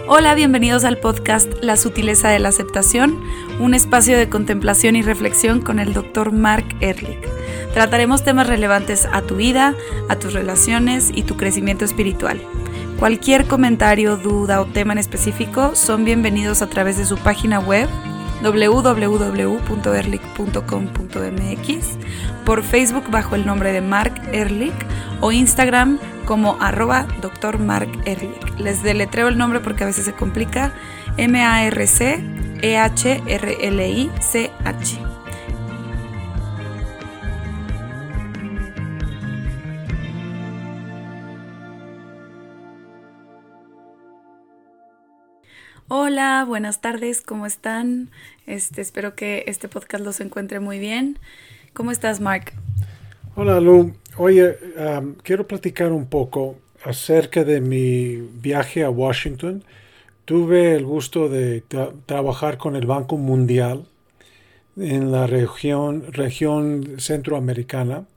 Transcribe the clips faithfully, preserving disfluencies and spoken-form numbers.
Hola, bienvenidos al podcast La sutileza de la aceptación, un espacio de contemplación y reflexión con el doctor Mark Ehrlich. Trataremos temas relevantes a tu vida, a tus relaciones y tu crecimiento espiritual. Cualquier comentario, duda o tema en específico son bienvenidos a través de su página web doble u doble u doble u punto ehrlich punto com punto m x, por Facebook bajo el nombre de Mark Ehrlich o Instagram como arroba doctor Mark Ehrlich. Les deletreo el nombre porque a veces se complica. M A R C E H R L I C H. Hola, buenas tardes, ¿cómo están? Este, espero que este podcast los encuentre muy bien. ¿Cómo estás, Mark? Hola, Lu. Oye, um, quiero platicar un poco acerca de mi viaje a Washington. Tuve el gusto de tra- trabajar con el Banco Mundial en la región, región centroamericana.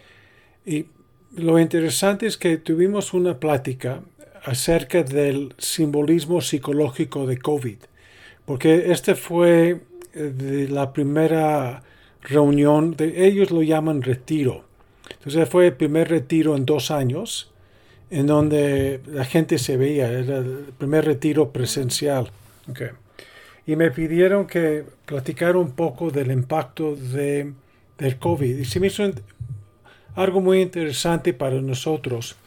Y lo interesante es que tuvimos una plática acerca del simbolismo psicológico de COVID, porque este fue de la primera reunión, de, ellos lo llaman retiro. Entonces fue el primer retiro en dos años, en donde la gente se veía, era el primer retiro presencial. Okay. Y me pidieron que platicara un poco del impacto de, del COVID. Y se me hizo algo muy interesante para nosotros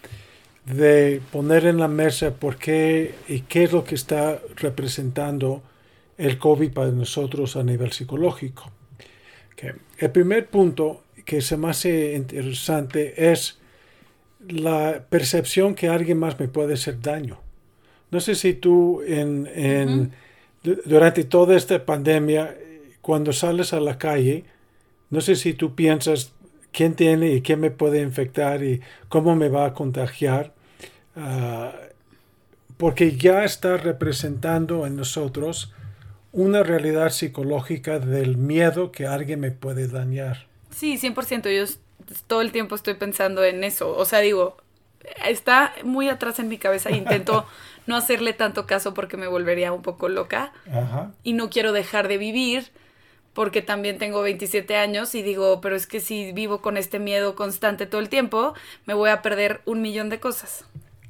de poner en la mesa por qué y qué es lo que está representando el COVID para nosotros a nivel psicológico. Okay. El primer punto que se me hace interesante es la percepción que alguien más me puede hacer daño. No sé si tú en, en, uh-huh. durante toda esta pandemia, cuando sales a la calle, no sé si tú piensas quién tiene y quién me puede infectar y cómo me va a contagiar, uh, porque ya está representando en nosotros una realidad psicológica del miedo que alguien me puede dañar. Sí, cien por ciento. Yo todo el tiempo estoy pensando en eso. O sea, digo, está muy atrás en mi cabeza. Intento no hacerle tanto caso porque me volvería un poco loca. Ajá. Y no quiero dejar de vivir porque también tengo veintisiete años y digo, pero es que si vivo con este miedo constante todo el tiempo, me voy a perder un millón de cosas.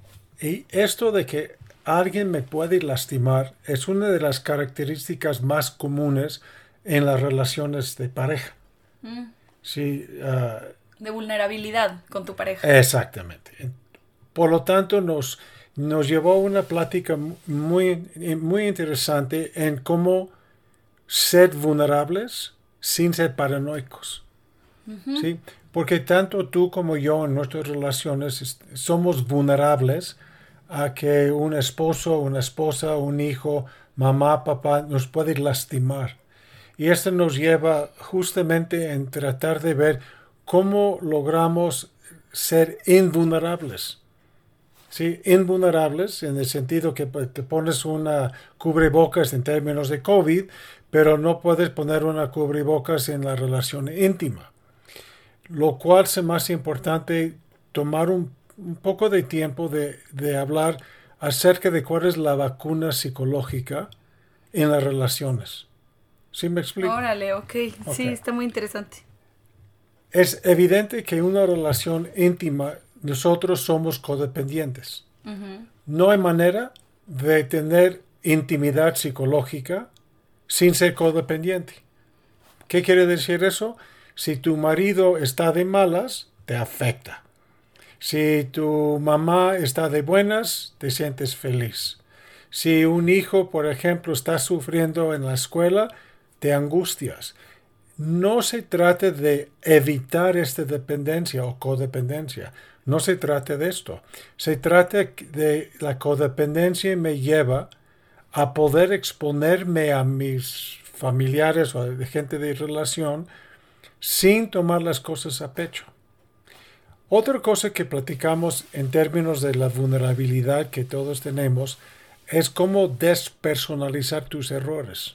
Y esto de que alguien me puede lastimar es una de las características más comunes en las relaciones de pareja. Mm. Sí, uh, de vulnerabilidad con tu pareja. Exactamente. Por lo tanto, nos, nos llevó a una plática muy, muy interesante en cómo ser vulnerables sin ser paranoicos. Uh-huh. ¿Sí? Porque tanto tú como yo en nuestras relaciones somos vulnerables a que un esposo, una esposa, un hijo, mamá, papá nos puede lastimar. Y esto nos lleva justamente en tratar de ver cómo logramos ser invulnerables. ¿Sí? Invulnerables en el sentido que te pones una cubrebocas en términos de COVID, pero no puedes poner una cubrebocas en la relación íntima. Lo cual es más importante tomar un, un poco de tiempo de, de hablar acerca de cuál es la vacuna psicológica en las relaciones. ¿Sí me explico? Órale, okay. ok. Sí, está muy interesante. Es evidente que en una relación íntima nosotros somos codependientes. Uh-huh. No hay manera de tener intimidad psicológica sin ser codependiente. ¿Qué quiere decir eso? Si tu marido está de malas, te afecta. Si tu mamá está de buenas, te sientes feliz. Si un hijo, por ejemplo, está sufriendo en la escuela, te angustias. No se trata de evitar esta dependencia o codependencia. No se trata de esto. Se trata de la codependencia me lleva a poder exponerme a mis familiares o a gente de relación sin tomar las cosas a pecho. Otra cosa que platicamos en términos de la vulnerabilidad que todos tenemos es cómo despersonalizar tus errores.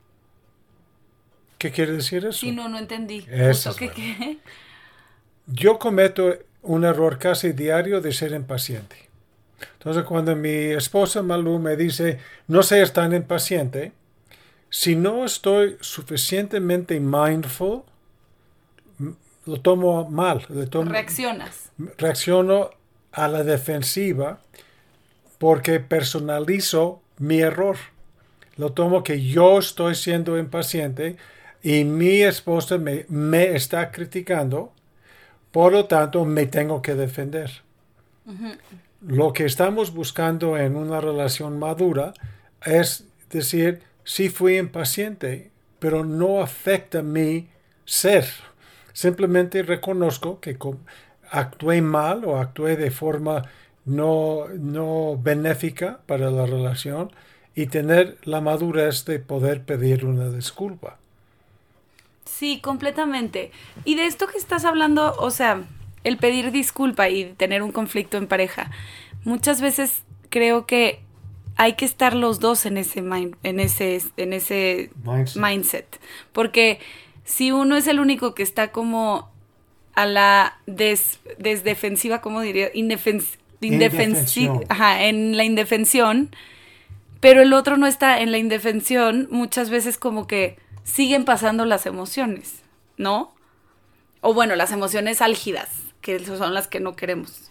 ¿Qué quiere decir eso? Sí, no, no entendí. Eso ¿Qué, qué? Yo cometo un error casi diario de ser impaciente. Entonces, cuando mi esposa Malú me dice, no seas tan impaciente, si no estoy suficientemente mindful, lo tomo mal. Le tomo, Reaccionas. Reacciono a la defensiva porque personalizo mi error. Lo tomo que yo estoy siendo impaciente y mi esposa me, me está criticando, por lo tanto me tengo que defender. Uh-huh. Lo que estamos buscando en una relación madura es decir, sí fui impaciente, pero no afecta mi ser. Simplemente reconozco que actué mal o actué de forma no, no benéfica para la relación y tener la madurez de poder pedir una disculpa. Sí, completamente. Y de esto que estás hablando, o sea, el pedir disculpa y tener un conflicto en pareja, muchas veces creo que hay que estar los dos en ese mind, en ese, en ese mindset. mindset. Porque si uno es el único que está como a la des, desdefensiva, ¿cómo diría? Indefens, indefensiva, ajá, en la indefensión, pero el otro no está en la indefensión, muchas veces como que siguen pasando las emociones, ¿no? O bueno, las emociones álgidas, que son las que no queremos.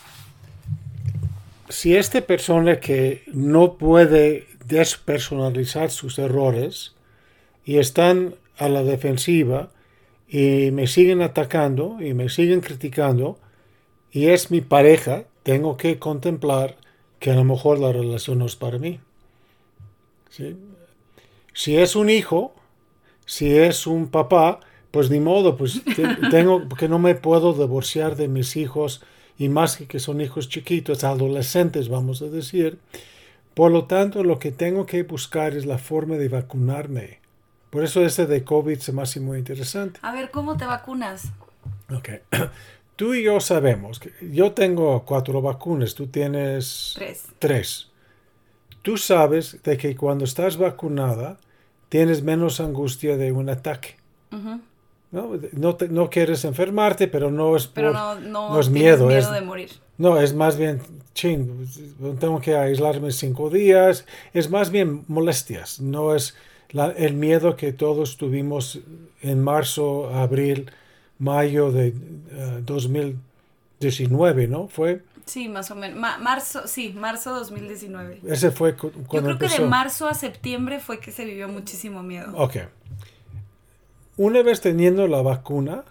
Si esta persona que no puede despersonalizar sus errores y están a la defensiva y me siguen atacando y me siguen criticando y es mi pareja, tengo que contemplar que a lo mejor la relación no es para mí. ¿Sí? Si es un hijo, si es un papá, pues ni modo, pues te, tengo que no me puedo divorciar de mis hijos y más que que son hijos chiquitos, adolescentes vamos a decir. Por lo tanto, lo que tengo que buscar es la forma de vacunarme. Por eso ese de COVID se me hace muy interesante. A ver, ¿cómo te vacunas? Ok. Tú y yo sabemos que yo tengo cuatro vacunas, tú tienes tres. tres. Tú sabes de que cuando estás vacunada tienes menos angustia de un ataque. Uh-huh. No, no, te, no quieres enfermarte, pero no es, pero por, no, no, no es miedo. miedo es, de morir. No, es más bien, ching, tengo que aislarme cinco días. Es más bien molestias. No es la, el miedo que todos tuvimos en marzo, abril, mayo de uh, dos mil diecinueve, ¿no? ¿Fue? Sí, más o menos. Ma- marzo, sí, marzo dos mil diecinueve. Ese fue cu- cuando Yo creo empezó. que de marzo a septiembre fue que se vivió muchísimo miedo. Ok. Una vez teniendo la vacuna,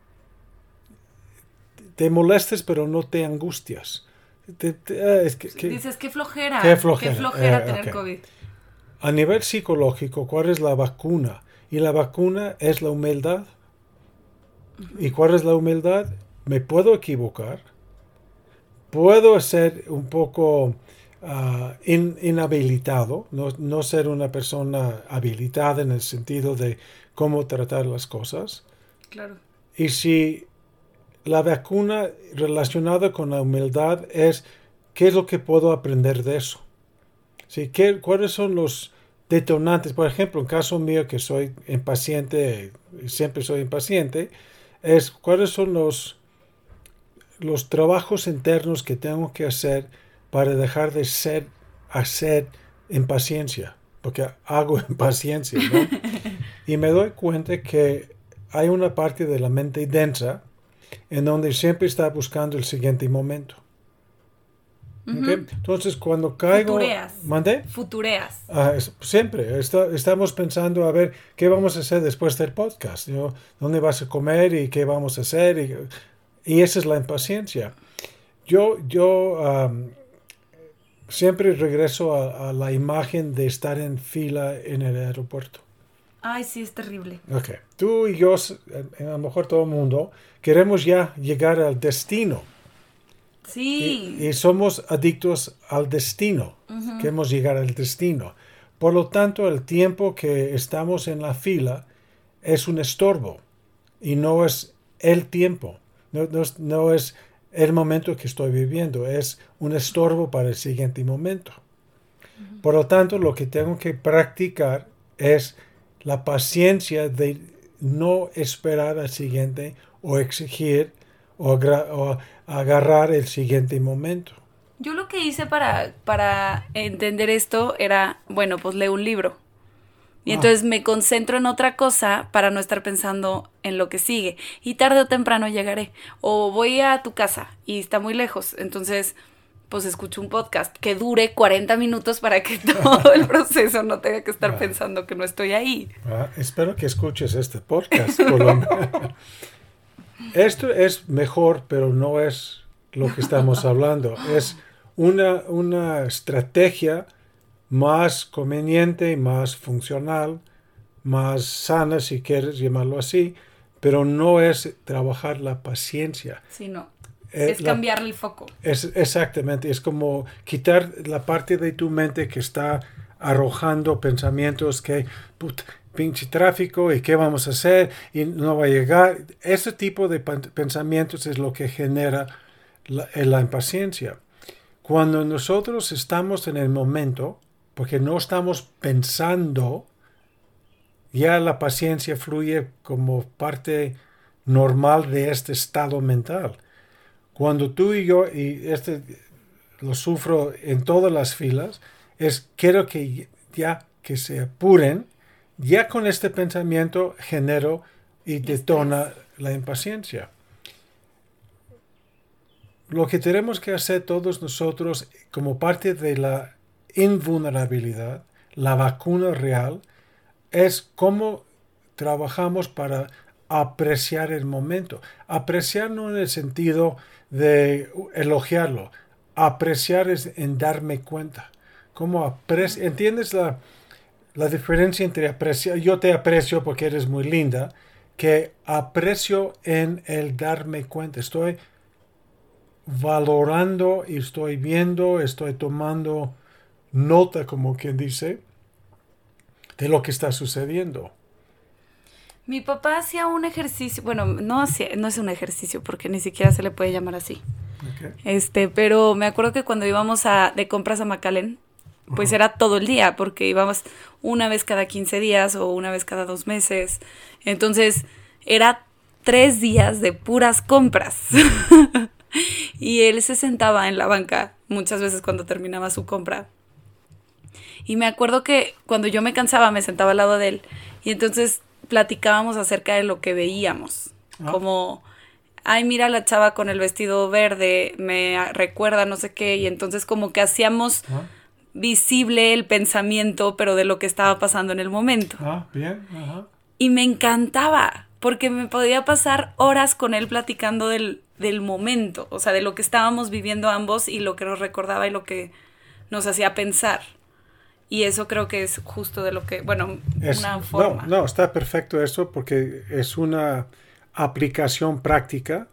te molestes pero no te angustias. Te, te, eh, es que, que, Dices, qué flojera. Qué flojera, qué flojera eh, tener okay. COVID. A nivel psicológico, ¿cuál es la vacuna? Y la vacuna es la humildad. Uh-huh. ¿Y cuál es la humildad? Me puedo equivocar. Puedo ser un poco uh, in, inhabilitado, no, no ser una persona habilitada en el sentido de cómo tratar las cosas. Claro. Y si la vacuna relacionada con la humildad es qué es lo que puedo aprender de eso. ¿Sí? ¿Qué, ¿Cuáles son los detonantes? Por ejemplo, en caso mío que soy impaciente, siempre soy impaciente, es cuáles son los, los trabajos internos que tengo que hacer para dejar de ser, hacer impaciencia. Porque hago impaciencia, ¿no? Y me doy cuenta que hay una parte de la mente densa en donde siempre está buscando el siguiente momento. Uh-huh. ¿Okay? Entonces, cuando caigo... Futureas. ¿Mandé? Futureas. Uh, siempre. Está, estamos pensando a ver qué vamos a hacer después del podcast. ¿No? ¿Dónde vas a comer y qué vamos a hacer? Y, y esa es la impaciencia. Yo, yo um, siempre regreso a, a la imagen de estar en fila en el aeropuerto. Ay, sí, es terrible. Ok. Tú y yo, a lo mejor todo el mundo, queremos ya llegar al destino. Sí. Y, y somos adictos al destino. Uh-huh. Queremos llegar al destino. Por lo tanto, el tiempo que estamos en la fila es un estorbo. Y no es el tiempo. No, no, es, no es el momento que estoy viviendo. Es un estorbo para el siguiente momento. Uh-huh. Por lo tanto, lo que tengo que practicar es la paciencia de no esperar al siguiente o exigir o, agra- o agarrar el siguiente momento. Yo lo que hice para, para entender esto era, bueno, pues leo un libro. Y Ah. entonces me concentro en otra cosa para no estar pensando en lo que sigue. Y tarde o temprano llegaré. O voy a tu casa y está muy lejos. Entonces, pues escucho un podcast que dure cuarenta minutos para que todo el proceso no tenga que estar Ah. pensando que no estoy ahí. Ah, espero que escuches este podcast. Por lo menos. Esto es mejor, pero no es lo que estamos hablando. Es una, una estrategia más conveniente, más funcional, más sana, si quieres llamarlo así, pero no es trabajar la paciencia. Sí, no. Eh, Es la- cambiarle el foco. es exactamente, es como quitar la parte de tu mente que está arrojando pensamientos que, put, pinche tráfico y qué vamos a hacer y no va a llegar. Ese tipo de pan- pensamientos es lo que genera la, eh, la impaciencia. Cuando nosotros estamos en el momento, porque no estamos pensando, ya la paciencia fluye como parte normal de este estado mental. Cuando tú y yo, y este lo sufro en todas las filas, es quiero que ya que se apuren, ya con este pensamiento genero y detona la impaciencia. Lo que tenemos que hacer todos nosotros como parte de la invulnerabilidad, la vacuna real, es cómo trabajamos para apreciar el momento. Apreciar no en el sentido de elogiarlo. Apreciar es en darme cuenta. ¿Cómo apreci- ¿Entiendes la, la diferencia entre apreciar? Yo te aprecio porque eres muy linda, que aprecio en el darme cuenta. Estoy valorando y estoy viendo, estoy tomando nota, como quien dice, de lo que está sucediendo. Mi papá hacía un ejercicio, bueno, no hacía, no es un ejercicio porque ni siquiera se le puede llamar así. Okay. Este, pero me acuerdo que cuando íbamos a, de compras a McAllen, pues Ajá. era todo el día, porque íbamos una vez cada quince días o una vez cada dos meses. Entonces, era tres días de puras compras. Y él se sentaba en la banca muchas veces cuando terminaba su compra. Y me acuerdo que cuando yo me cansaba me sentaba al lado de él y entonces platicábamos acerca de lo que veíamos. Ah. Como, ay, mira la chava con el vestido verde, me recuerda no sé qué. Y entonces como que hacíamos Ah, visible el pensamiento, pero de lo que estaba pasando en el momento. ah, bien. Ajá. Y me encantaba, porque me podía pasar horas con él platicando del, del momento, o sea, de lo que estábamos viviendo ambos y lo que nos recordaba y lo que nos hacía pensar. Y eso creo que es justo de lo que, bueno, Es- una no, forma. no, está perfecto eso porque es una aplicación práctica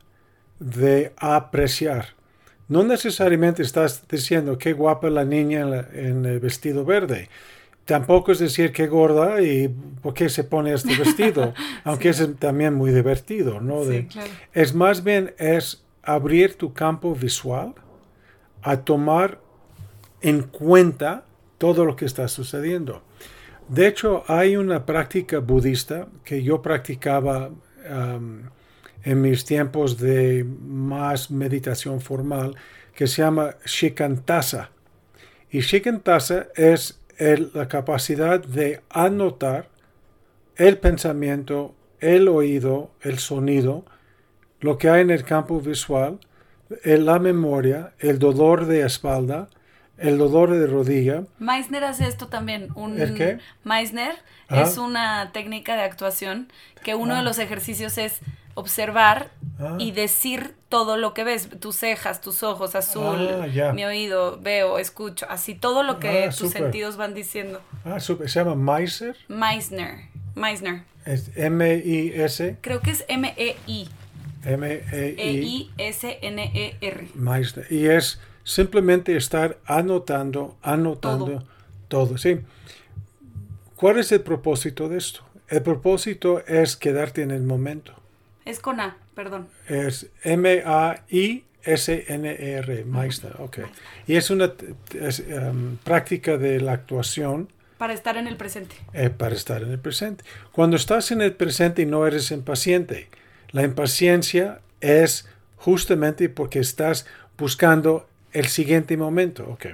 de apreciar. No necesariamente estás diciendo qué guapa la niña en, la- en el vestido verde. Tampoco es decir qué gorda y por qué se pone este vestido, aunque es también muy divertido, ¿no? Sí, De- claro. Es más bien es abrir tu campo visual a tomar en cuenta todo lo que está sucediendo. De hecho, hay una práctica budista que yo practicaba um, en mis tiempos de más meditación formal que se llama Shikantaza. Y Shikantaza es el- la capacidad de anotar el pensamiento, el oído, el sonido, lo que hay en el campo visual, en la memoria, el dolor de espalda, el dolor de rodilla. Meisner hace esto también. Un, ¿El qué? Meisner Ajá. es una técnica de actuación que uno Ah. de los ejercicios es observar Ah. y decir todo lo que ves. Tus cejas, tus ojos, azul, Ah, ya. mi oído, veo, escucho. Así todo lo que Ah, tus súper. sentidos van diciendo. Ah, super, se llama Meisner, Meisner. Meisner. es M I S Creo que es M E I. M E E I I S N E R. Meisner. Y es simplemente estar anotando, anotando todo. ¿Sí? ¿Cuál es el propósito de esto? El propósito es quedarte en el momento. Es con A, perdón. Es M A I S N E R, Meisner. Ok. Y es una t- es, um, práctica de la actuación Para estar en el presente. eh, para estar en el presente. Cuando estás en el presente y no eres impaciente, la impaciencia es justamente porque estás buscando el siguiente momento. Okay.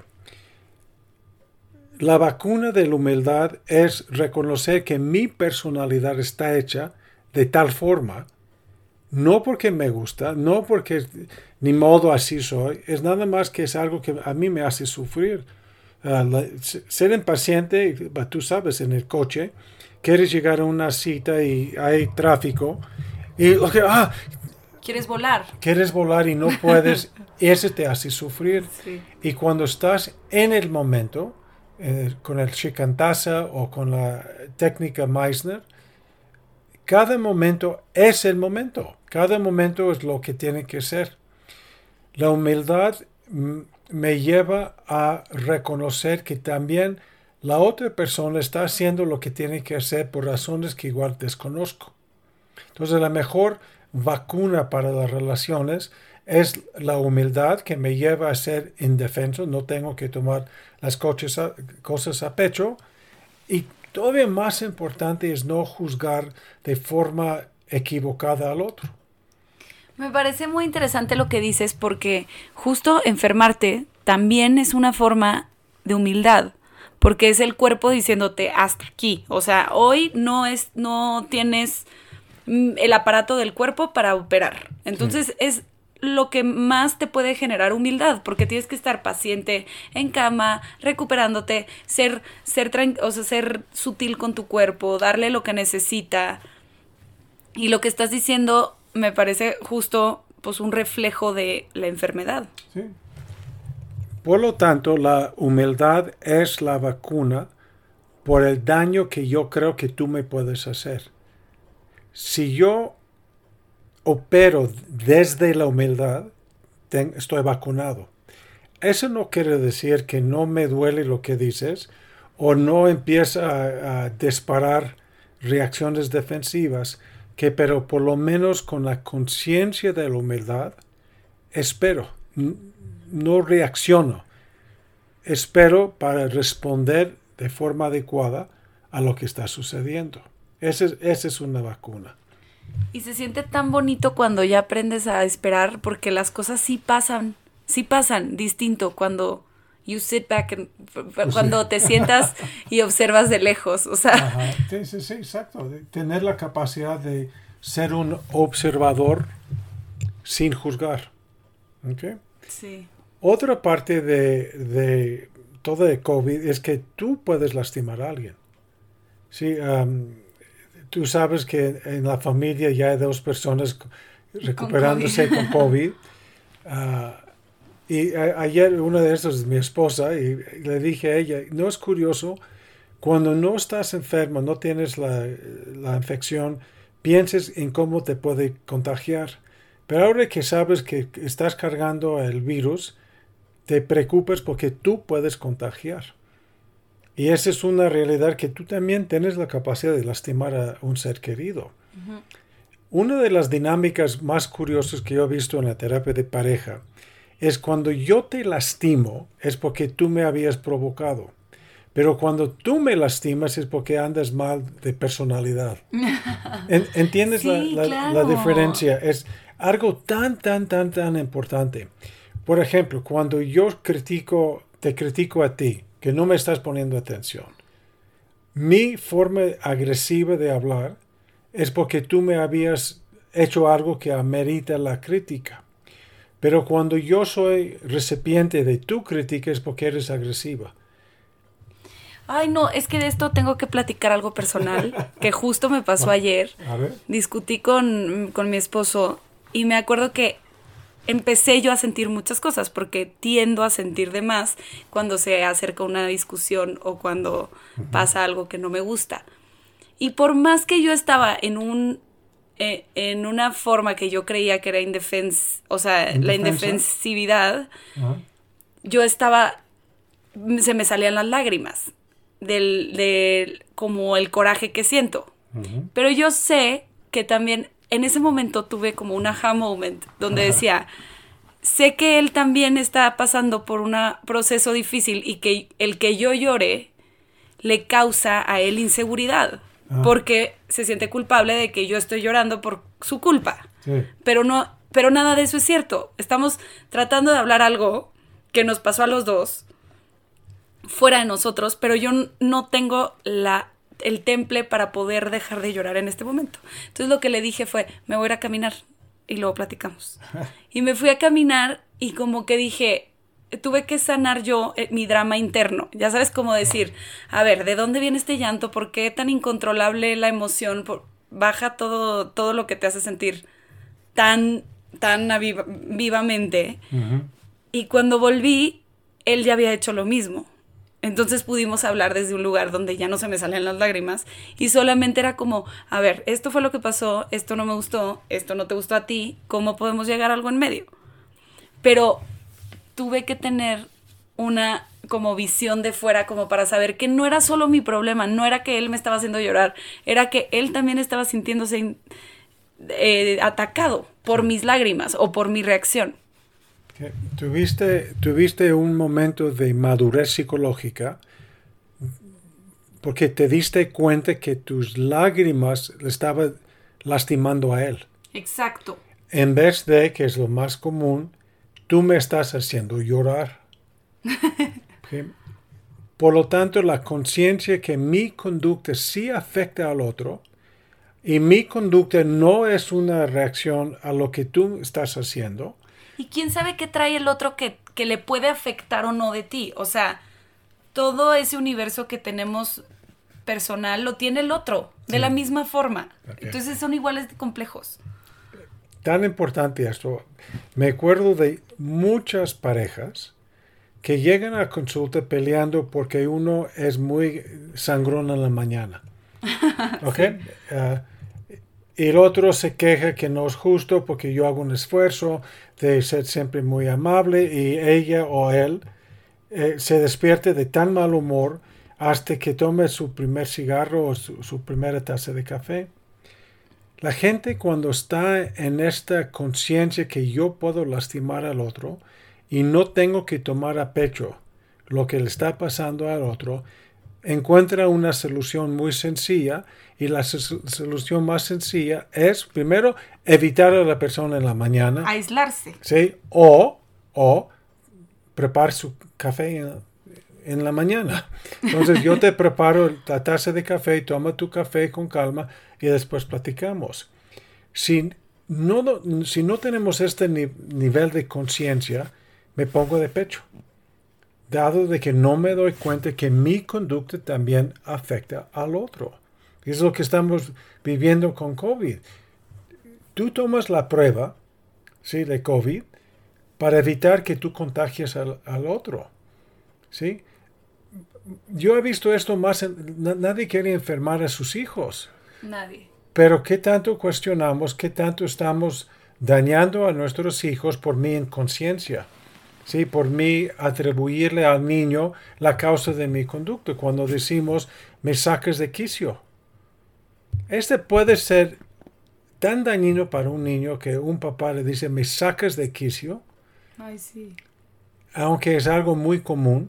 La vacuna de la humildad es reconocer que mi personalidad está hecha de tal forma, no porque me gusta, no porque ni modo así soy, es nada más que es algo que a mí me hace sufrir. Uh, la, ser impaciente, tú sabes, en el coche, quieres llegar a una cita y hay tráfico, y okay, ah, quieres volar. Quieres volar y no puedes, eso te hace sufrir. Sí. Y cuando estás en el momento, eh, con el shikantaza o con la técnica Meissner, cada momento es el momento. Cada momento es lo que tiene que ser. La humildad m- me lleva a reconocer que también la otra persona está haciendo lo que tiene que hacer por razones que igual desconozco. Entonces, la mejor vacuna para las relaciones es la humildad que me lleva a ser indefenso, no tengo que tomar las cosas a, cosas a pecho, y todavía más importante es no juzgar de forma equivocada al otro. Me parece muy interesante lo que dices porque justo enfermarte también es una forma de humildad, porque es el cuerpo diciéndote hasta aquí, o sea, hoy no es no tienes el aparato del cuerpo para operar. Entonces sí. Es lo que más te puede generar humildad, porque tienes que estar paciente en cama, recuperándote, ser ser tran- o sea, ser sutil con tu cuerpo, darle lo que necesita. Y lo que estás diciendo me parece justo pues un reflejo de la enfermedad. Sí. Por lo tanto, la humildad es la vacuna por el daño que yo creo que tú me puedes hacer. Si yo opero desde la humildad, ten, estoy vacunado. Eso no quiere decir que no me duele lo que dices o no empieza a, a disparar reacciones defensivas, que pero por lo menos con la conciencia de la humildad, espero, no reacciono, espero para responder de forma adecuada a lo que está sucediendo. Esa es, esa es una vacuna. Y se siente tan bonito cuando ya aprendes a esperar, porque las cosas sí pasan, sí pasan distinto cuando you sit back, and, pues cuando sí. Te sientas y observas de lejos, o sea. Ajá. Sí, sí, sí, exacto. De tener la capacidad de ser un observador sin juzgar. ¿Okay? Sí. Otra parte de, de todo el COVID es que tú puedes lastimar a alguien. Sí, um, tú sabes que en la familia ya hay dos personas recuperándose con COVID. Con COVID. Uh, y a, ayer una de esas es mi esposa y le dije a ella, ¿no es curioso? Cuando no estás enfermo, no tienes la, la infección, pienses en cómo te puede contagiar. Pero ahora que sabes que estás cargando el virus, te preocupes porque tú puedes contagiar. Y esa es una realidad, que tú también tienes la capacidad de lastimar a un ser querido. Uh-huh. Una de las dinámicas más curiosas que yo he visto en la terapia de pareja es cuando yo te lastimo, es porque tú me habías provocado. Pero cuando tú me lastimas es porque andas mal de personalidad. ¿Entiendes sí, la, la, claro. la diferencia? Es algo tan, tan, tan, tan importante. Por ejemplo, cuando yo critico, te critico a ti, que no me estás poniendo atención, mi forma agresiva de hablar es porque tú me habías hecho algo que amerita la crítica. Pero cuando yo soy recipiente de tu crítica es porque eres agresiva. Ay, no, es que de esto tengo que platicar algo personal, que justo me pasó ayer. A ver. Discutí con, con mi esposo y me acuerdo que empecé yo a sentir muchas cosas, porque tiendo a sentir de más cuando se acerca una discusión o cuando uh-huh. pasa algo que no me gusta. Y por más que yo estaba en un eh, en una forma que yo creía que era indefens, o sea, ¿indefensa? La indefensividad, uh-huh. yo estaba, se me salían las lágrimas del, del como el coraje que siento. Uh-huh. Pero yo sé que también en ese momento tuve como un aha moment donde decía, sé que él también está pasando por un proceso difícil y que el que yo llore le causa a él inseguridad, ah. porque se siente culpable de que yo estoy llorando por su culpa. Sí. Pero no, pero nada de eso es cierto. Estamos tratando de hablar algo que nos pasó a los dos fuera de nosotros, pero yo no tengo la, el temple para poder dejar de llorar en este momento. Entonces lo que le dije fue, me voy a ir a caminar y luego platicamos. Y me fui a caminar y como que dije, tuve que sanar yo eh, mi drama interno. Ya sabes cómo decir, a ver, ¿de dónde viene este llanto? ¿Por qué tan incontrolable la emoción? Por, baja todo, todo lo que te hace sentir tan, tan aviva, vivamente. Uh-huh. Y cuando volví, él ya había hecho lo mismo. Entonces pudimos hablar desde un lugar donde ya no se me salían las lágrimas y solamente era como, a ver, esto fue lo que pasó, esto no me gustó, esto no te gustó a ti, ¿cómo podemos llegar a algo en medio? Pero tuve que tener una como visión de fuera como para saber que no era solo mi problema, no era que él me estaba haciendo llorar, era que él también estaba sintiéndose eh, atacado por mis lágrimas o por mi reacción. ¿Tuviste, tuviste un momento de madurez psicológica porque te diste cuenta que tus lágrimas le estaban lastimando a él. Exacto. En vez de, que es lo más común, tú me estás haciendo llorar. ¿Sí? Por lo tanto, la conciencia que mi conducta sí afecta al otro y mi conducta no es una reacción a lo que tú estás haciendo. Y quién sabe qué trae el otro que, que le puede afectar o no de ti. O sea, todo ese universo que tenemos personal lo tiene el otro, de sí. la misma forma. Okay. Entonces son iguales de complejos. Tan importante esto. Me acuerdo de muchas parejas que llegan a consulta peleando porque uno es muy sangrón en la mañana. ¿Ok? Sí. Uh, y el otro se queja que no es justo porque yo hago un esfuerzo de ser siempre muy amable y ella o él eh, se despierte de tan mal humor hasta que tome su primer cigarro o su, su primera taza de café. La gente cuando está en esta conciencia que yo puedo lastimar al otro y no tengo que tomar a pecho lo que le está pasando al otro, encuentra una solución muy sencilla y la solución más sencilla es, primero, evitar a la persona en la mañana. Aislarse. ¿Sí? O, o preparar su café en, en la mañana. Entonces yo te preparo la taza de café, toma tu café con calma y después platicamos. Si no, no, si no tenemos este ni, nivel de conciencia, me pongo de pecho. Dado de que no me doy cuenta que mi conducta también afecta al otro. Es lo que estamos viviendo con COVID. Tú tomas la prueba, ¿sí?, de COVID para evitar que tú contagies al, al otro. ¿Sí? Yo he visto esto más, en, nadie quiere enfermar a sus hijos. Nadie. Pero ¿qué tanto cuestionamos, qué tanto estamos dañando a nuestros hijos por mi inconsciencia? Sí, por mí atribuirle al niño la causa de mi conducta. Cuando decimos, me sacas de quicio. Este puede ser tan dañino para un niño que un papá le dice, me sacas de quicio. Ay, sí. Aunque es algo muy común.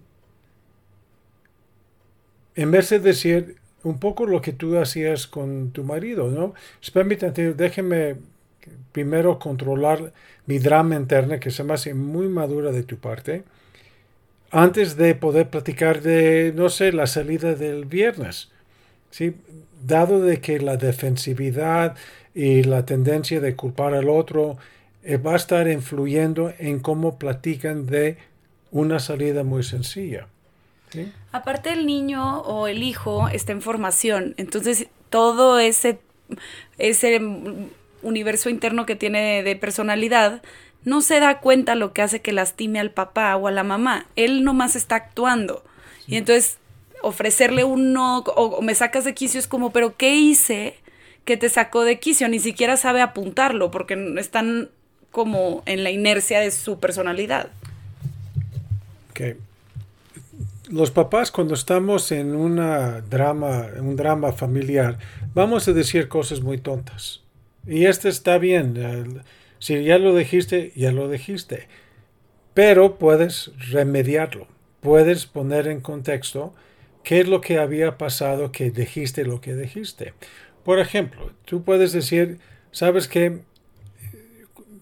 En vez de decir un poco lo que tú hacías con tu marido, ¿no? Permítame, déjeme primero controlar mi drama interna, que se me hace muy madura de tu parte, antes de poder platicar de, no sé, la salida del viernes. ¿Sí? Dado de que la defensividad y la tendencia de culpar al otro eh, va a estar influyendo en cómo platican de una salida muy sencilla. ¿Sí? Aparte el niño o el hijo está en formación, entonces todo ese, ese universo interno que tiene de personalidad no se da cuenta lo que hace que lastime al papá o a la mamá. Él nomás está actuando. Sí. Y entonces ofrecerle un no o, o me sacas de quicio es como, ¿pero qué hice que te sacó de quicio? Ni siquiera sabe apuntarlo porque están como en la inercia de su personalidad. Okay. Los papás, cuando estamos en una drama, un drama familiar, vamos a decir cosas muy tontas. Y este está bien. Si ya lo dijiste, ya lo dijiste. Pero puedes remediarlo. Puedes poner en contexto qué es lo que había pasado que dijiste lo que dijiste. Por ejemplo, tú puedes decir, ¿sabes qué?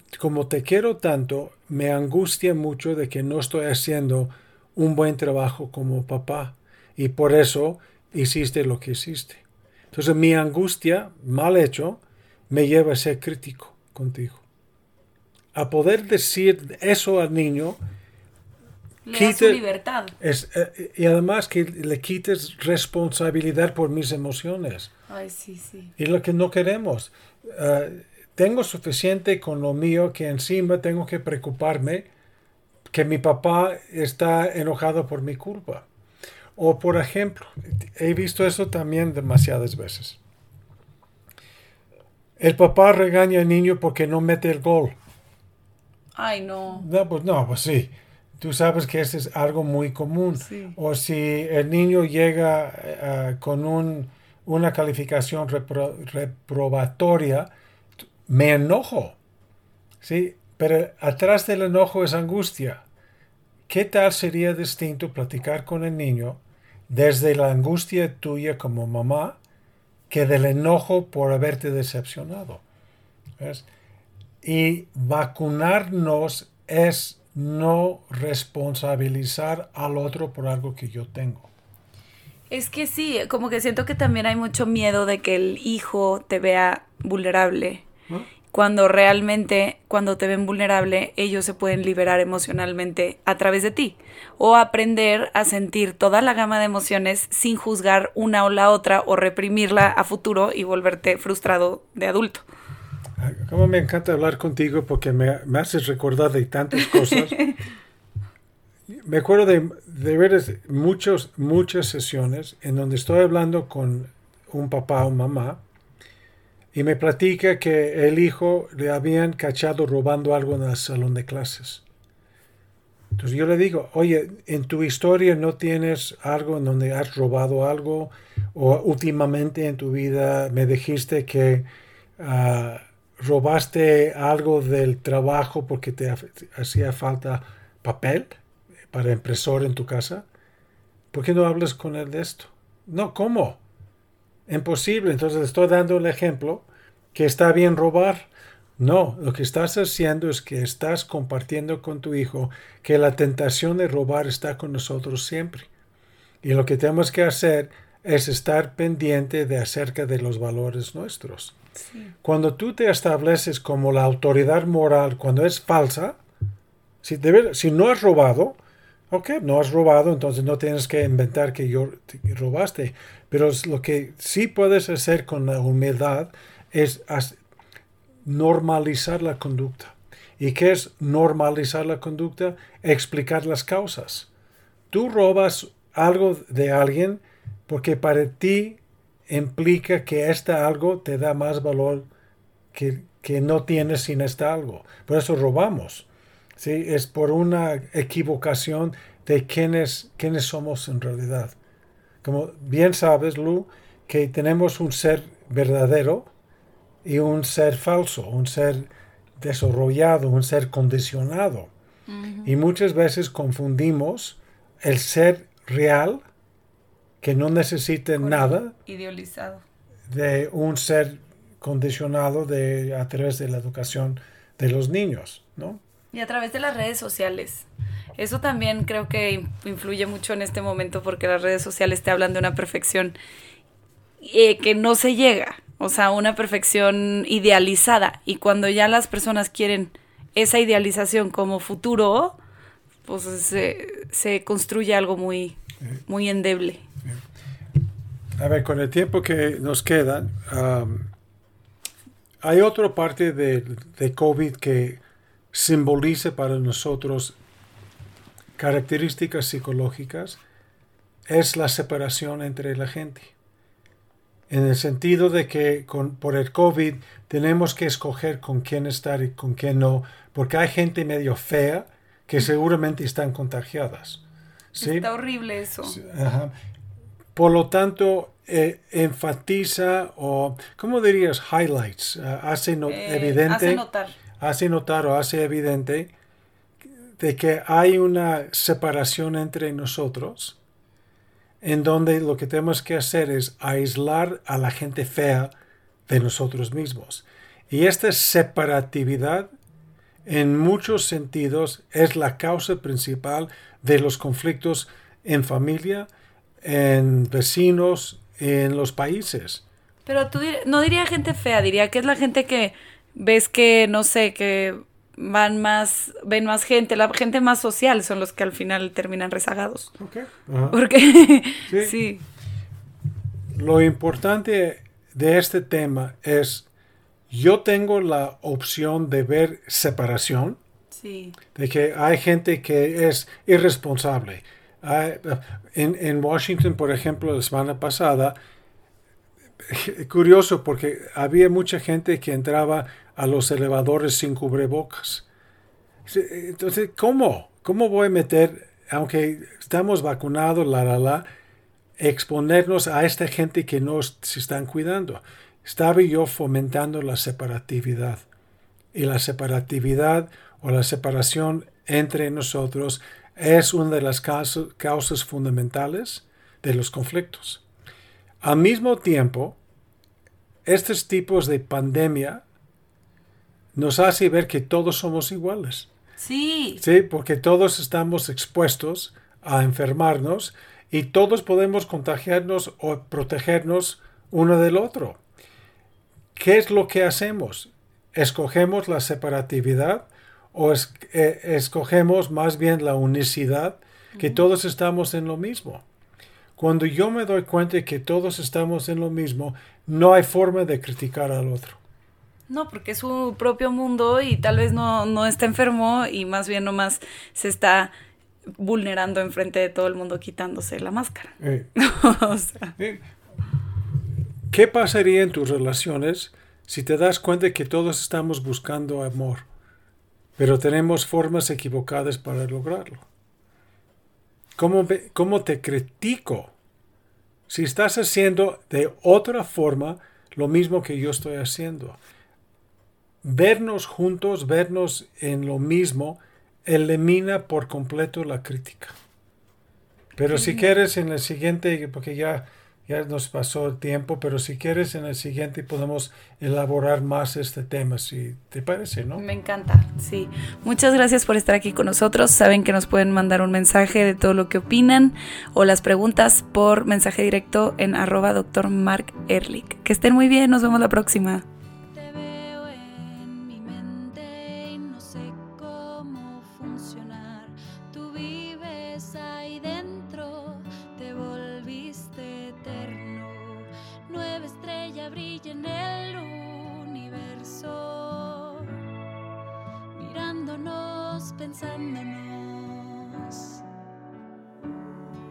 como te quiero tanto, me angustia mucho de que no estoy haciendo un buen trabajo como papá. Y por eso hiciste lo que hiciste. Entonces mi angustia, mal hecho, me lleva a ser crítico contigo. A poder decir eso al niño, le da su libertad. Es, eh, y además que le quites responsabilidad por mis emociones. Ay, sí, sí. Y lo que no queremos. Uh, tengo suficiente con lo mío que encima tengo que preocuparme que mi papá está enojado por mi culpa. O por ejemplo, he visto eso también demasiadas veces. El papá regaña al niño porque no mete el gol. Ay, no. No, pues no, pues sí. Tú sabes que eso es algo muy común. Sí. O si el niño llega uh, con un, una calificación repro, reprobatoria, me enojo. ¿Sí? Pero atrás del enojo es angustia. ¿Qué tal sería distinto platicar con el niño desde la angustia tuya como mamá que del enojo por haberte decepcionado? ¿Ves? Y vacunarnos es no responsabilizar al otro por algo que yo tengo. Es que sí, como que siento que también hay mucho miedo de que el hijo te vea vulnerable. ¿Ah? Cuando realmente, cuando te ven vulnerable, ellos se pueden liberar emocionalmente a través de ti. O aprender a sentir toda la gama de emociones sin juzgar una o la otra o reprimirla a futuro y volverte frustrado de adulto. Como me encanta hablar contigo porque me, me haces recordar de tantas cosas. Me acuerdo de, de ver muchos, muchas sesiones en donde estoy hablando con un papá o mamá y me platica que el hijo le habían cachado robando algo en el salón de clases. Entonces yo le digo, oye, ¿en tu historia no tienes algo en donde has robado algo? O últimamente en tu vida me dijiste que uh, robaste algo del trabajo porque te hacía falta papel para impresor en tu casa. ¿Por qué no hablas con él de esto? No, ¿cómo? Imposible. Entonces estoy dando el ejemplo que está bien robar. No, lo que estás haciendo es que estás compartiendo con tu hijo que la tentación de robar está con nosotros siempre. Y lo que tenemos que hacer es estar pendiente de acerca de los valores nuestros. Sí. Cuando tú te estableces como la autoridad moral, cuando es falsa, si, debe, si no has robado, ok, no has robado, entonces no tienes que inventar que yo te robaste. Pero lo que sí puedes hacer con la humildad es normalizar la conducta. ¿Y qué es normalizar la conducta? Explicar las causas. Tú robas algo de alguien porque para ti implica que este algo te da más valor que, que no tienes sin este algo. Por eso robamos. ¿Sí? Es por una equivocación de quiénes, quiénes somos en realidad. Como bien sabes, Lu, que tenemos un ser verdadero y un ser falso, un ser desarrollado, un ser condicionado. Uh-huh. Y muchas veces confundimos el ser real, que no necesita con nada, idealizado, de un ser condicionado de, a través de la educación de los niños, ¿no? Y a través de las redes sociales. Eso también creo que influye mucho en este momento porque las redes sociales te hablan de una perfección eh, que no se llega. O sea, una perfección idealizada. Y cuando ya las personas quieren esa idealización como futuro, pues se, se construye algo muy, muy endeble. A ver, con el tiempo que nos queda, um, hay otra parte de, de COVID que simboliza para nosotros características psicológicas, es la separación entre la gente. En el sentido de que con, por el COVID tenemos que escoger con quién estar y con quién no, porque hay gente medio fea que seguramente están contagiadas. ¿Sí? Está horrible eso. Ajá. Por lo tanto, eh, enfatiza o, ¿cómo dirías? Highlights. Uh, hace, no, eh, evidente, hace notar. Hace notar o hace evidente de que hay una separación entre nosotros en donde lo que tenemos que hacer es aislar a la gente fea de nosotros mismos. Y esta separatividad en muchos sentidos es la causa principal de los conflictos en familia, en vecinos, en los países. Pero tú dir- no diría gente fea, diría que es la gente que ves que, no sé, que van más, ven más gente, la gente más social son los que al final terminan rezagados. Okay. Ajá. Porque Sí. sí. Lo importante de este tema es, yo tengo la opción de ver separación, Sí. de que hay gente que es irresponsable. Hay- en, en Washington, por ejemplo, la semana pasada, curioso porque había mucha gente que entraba a los elevadores sin cubrebocas. Sí, entonces, ¿cómo? ¿Cómo voy a meter, aunque estamos vacunados, la, la, la, exponernos a esta gente que no se están cuidando? Estaba yo fomentando la separatividad. Y la separatividad o la separación entre nosotros es una de las causas, causas fundamentales de los conflictos. Al mismo tiempo, estos tipos de pandemia nos hace ver que todos somos iguales. Sí. Sí, porque todos estamos expuestos a enfermarnos y todos podemos contagiarnos o protegernos uno del otro. ¿Qué es lo que hacemos? ¿Escogemos la separatividad o es, eh, escogemos más bien la unicidad, que todos estamos en lo mismo? Cuando yo me doy cuenta de que todos estamos en lo mismo, no hay forma de criticar al otro. No, porque es su propio mundo y tal vez no, no está enfermo y más bien nomás se está vulnerando enfrente de todo el mundo quitándose la máscara. Eh, O sea, eh, ¿Qué pasaría en tus relaciones si te das cuenta de que todos estamos buscando amor, pero tenemos formas equivocadas para lograrlo? ¿Cómo, ve- cómo te critico si estás haciendo de otra forma lo mismo que yo estoy haciendo? Vernos juntos, vernos en lo mismo, elimina por completo la crítica. Pero si quieres en el siguiente, porque ya, ya nos pasó el tiempo, pero si quieres en el siguiente podemos elaborar más este tema, si te parece, ¿no? me encanta, sí. Muchas gracias por estar aquí con nosotros. Saben que nos pueden mandar un mensaje de todo lo que opinan o las preguntas por mensaje directo en arroba doctor Mark Ehrlich. Que estén muy bien, nos vemos la próxima.